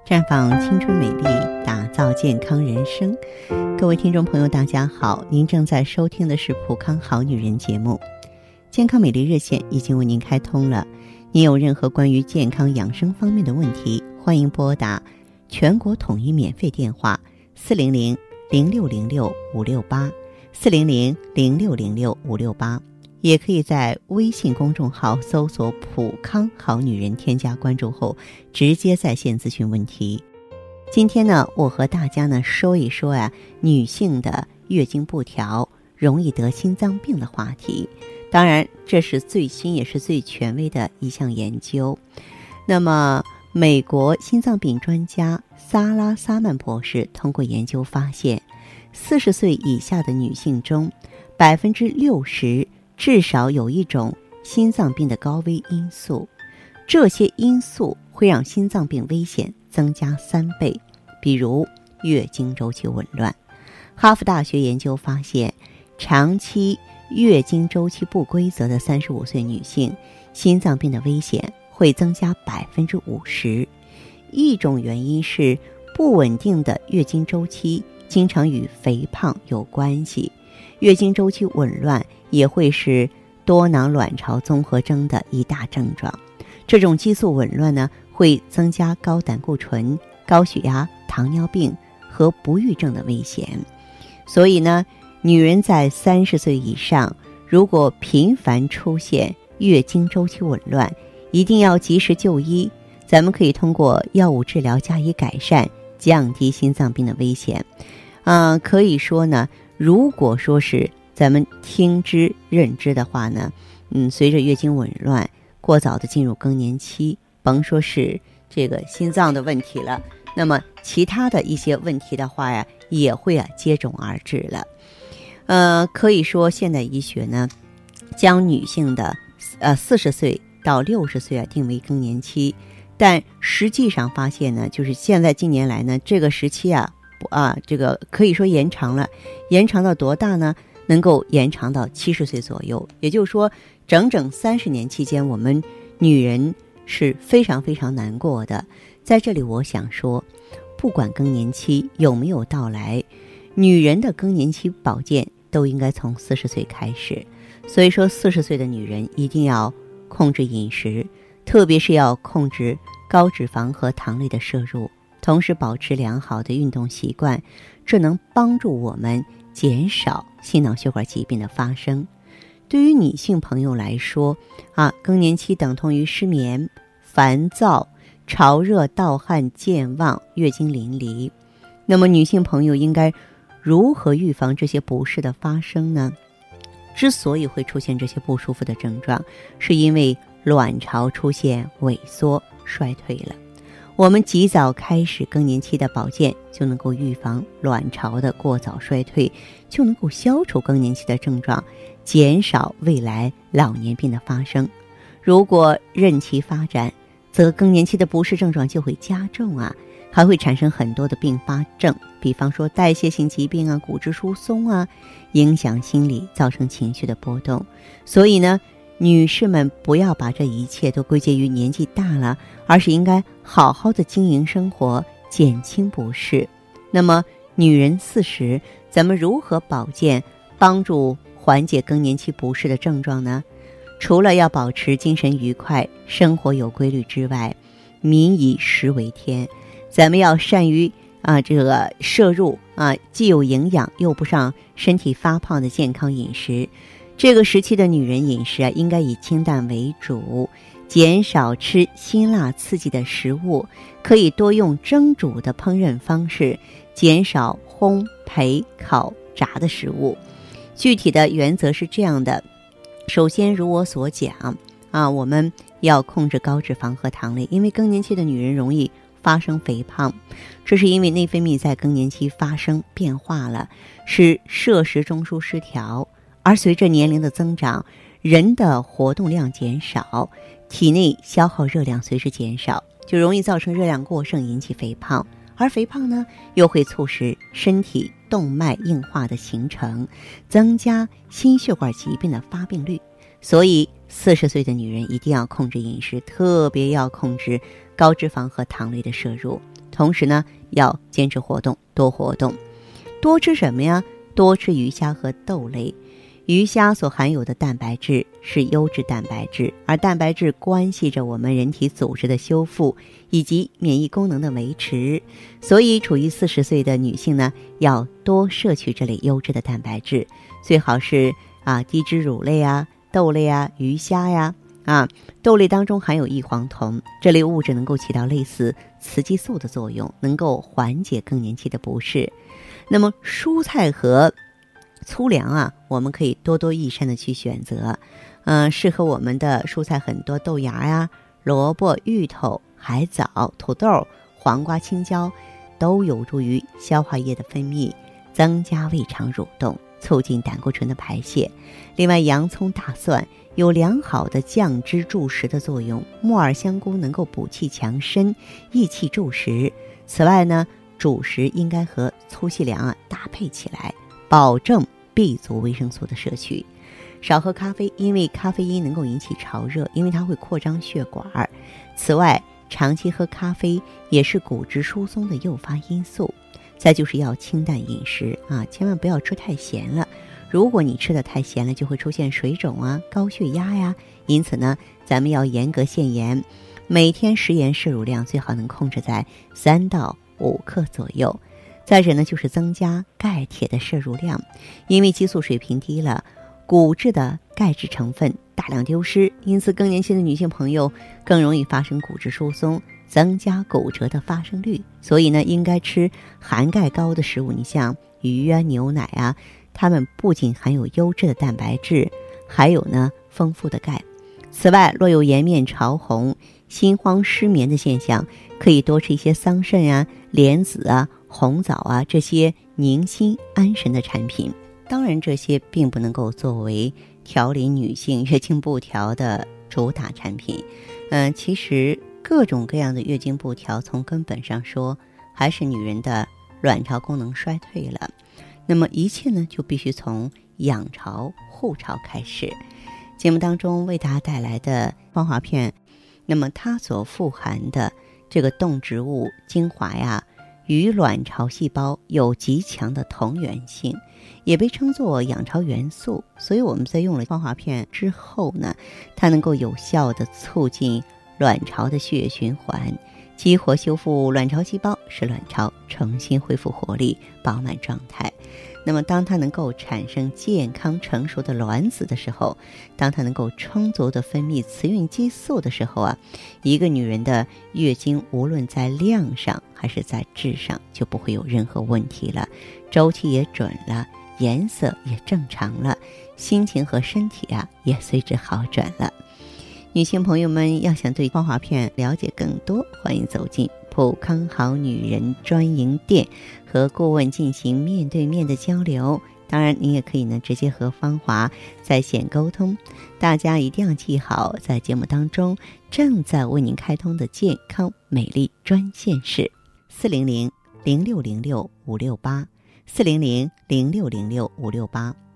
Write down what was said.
绽放青春美丽，打造健康人生。各位听众朋友大家好，您正在收听的是普康好女人节目。健康美丽热线已经为您开通了，您有任何关于健康养生方面的问题，欢迎拨打全国统一免费电话400-0606-568 400-0606-568，也可以在微信公众号搜索普康好女人，添加关注后直接在线咨询问题。今天呢，我和大家呢说一说女性的月经不调容易得心脏病的话题。当然这是最新也是最权威的一项研究。那么美国心脏病专家萨拉萨曼博士通过研究发现，40岁以下的女性中60%至少有一种心脏病的高危因素，这些因素会让心脏病危险增加3倍，比如月经周期紊乱。哈佛大学研究发现，长期月经周期不规则的35岁女性，心脏病的危险会增加50%。一种原因是不稳定的月经周期经常与肥胖有关系，月经周期紊乱也会是多囊卵巢综合征的一大症状。这种激素紊乱呢，会增加高胆固醇、高血压、糖尿病和不育症的危险。所以呢，女人在30岁以上，如果频繁出现月经周期紊乱，一定要及时就医。咱们可以通过药物治疗加以改善，降低心脏病的危险。可以说呢，如果说是咱们听之任之的话呢，随着月经紊乱，过早的进入更年期，甭说是这个心脏的问题了，那么其他的一些问题的话也会接踵而至了。可以说现代医学呢，将女性的40岁到60岁定为更年期，但实际上发现呢，就是现在近年来呢，这个时期这个可以说延长了，延长到多大呢？能够延长到70岁左右。也就是说，整整30年期间，我们女人是非常非常难过的。在这里我想说，不管更年期有没有到来，女人的更年期保健都应该从40岁开始。所以说40岁的女人一定要控制饮食，特别是要控制高脂肪和糖类的摄入，同时保持良好的运动习惯，这能帮助我们减少心脑血管疾病的发生。对于女性朋友来说更年期等同于失眠、烦躁、潮热、盗汗、健忘、月经淋漓。那么女性朋友应该如何预防这些不适的发生呢？之所以会出现这些不舒服的症状，是因为卵巢出现萎缩衰退了。我们及早开始更年期的保健，就能够预防卵巢的过早衰退，就能够消除更年期的症状，减少未来老年病的发生。如果任其发展，则更年期的不适症状就会加重还会产生很多的并发症，比方说代谢性疾病骨质疏松影响心理，造成情绪的波动。所以呢，女士们不要把这一切都归结于年纪大了，而是应该好好的经营生活，减轻不适。那么女人40，咱们如何保健，帮助缓解更年期不适的症状呢？除了要保持精神愉快、生活有规律之外，民以食为天，咱们要善于这个摄入既有营养又不让身体发胖的健康饮食。这个时期的女人饮食应该以清淡为主，减少吃辛辣刺激的食物，可以多用蒸煮的烹饪方式，减少烘焙烤炸的食物。具体的原则是这样的，首先如我所讲我们要控制高脂肪和糖类，因为更年期的女人容易发生肥胖，这是因为内分泌在更年期发生变化了，使摄食中枢失调。而随着年龄的增长，人的活动量减少，体内消耗热量随之减少，就容易造成热量过剩，引起肥胖。而肥胖呢，又会促使身体动脉硬化的形成，增加心血管疾病的发病率。所以40岁的女人一定要控制饮食，特别要控制高脂肪和糖类的摄入。 同时呢要坚持活动，多活动。多吃什么呀？多吃鱼虾和豆类。鱼虾所含有的蛋白质是优质蛋白质，而蛋白质关系着我们人体组织的修复以及免疫功能的维持，所以处于40岁的女性呢，要多摄取这类优质的蛋白质，最好是低脂乳类豆类鱼虾呀。豆类当中含有异黄酮，这类物质能够起到类似雌激素的作用，能够缓解更年期的不适。那么蔬菜和粗粮我们可以多多益善的去选择。适合我们的蔬菜很多，豆芽萝卜、芋头、海藻、土豆、黄瓜、青椒都有助于消化液的分泌，增加胃肠蠕动，促进胆固醇的排泄。另外，洋葱、大蒜有良好的降脂助食的作用，木耳、香菇能够补气强身、益气助食。此外呢，主食应该和粗细粮搭配起来，保证 B 族维生素的摄取。少喝咖啡，因为咖啡因能够引起潮热，因为它会扩张血管。此外，长期喝咖啡也是骨质疏松的诱发因素。再就是要清淡饮食千万不要吃太咸了。如果你吃得太咸了，就会出现水肿高血压呀。因此呢，咱们要严格限盐，每天食盐摄入量最好能控制在3到5克左右。再者呢，就是增加钙铁的摄入量，因为激素水平低了，骨质的钙质成分大量丢失，因此更年期的女性朋友更容易发生骨质疏松，增加骨折的发生率。所以呢，应该吃含钙高的食物，你像鱼牛奶它们不仅含有优质的蛋白质，还有呢丰富的钙。此外，若有颜面潮红、心慌失眠的现象，可以多吃一些桑葚莲子红枣这些宁心安神的产品。当然，这些并不能够作为调理女性月经不调的主打产品。其实各种各样的月经不调，从根本上说，还是女人的卵巢功能衰退了。那么一切呢，就必须从养巢护巢开始。节目当中为大家带来的芳华片，那么它所富含的这个动植物精华与卵巢细胞有极强的同源性，也被称作养巢元素。所以我们在用了芳华片之后呢，它能够有效地促进卵巢的血液循环，激活修复卵巢细胞，使卵巢重新恢复活力、饱满状态。那么当它能够产生健康成熟的卵子的时候，当它能够充足的分泌雌孕激素的时候一个女人的月经无论在量上还是在质上就不会有任何问题了，周期也准了，颜色也正常了，心情和身体也随之好转了。女性朋友们要想对芳华片了解更多，欢迎走进普康好女人专营店，和顾问进行面对面的交流。当然您也可以呢直接和芳华在线沟通。大家一定要记好，在节目当中正在为您开通的健康美丽专线是400-0606-568 400-0606-568。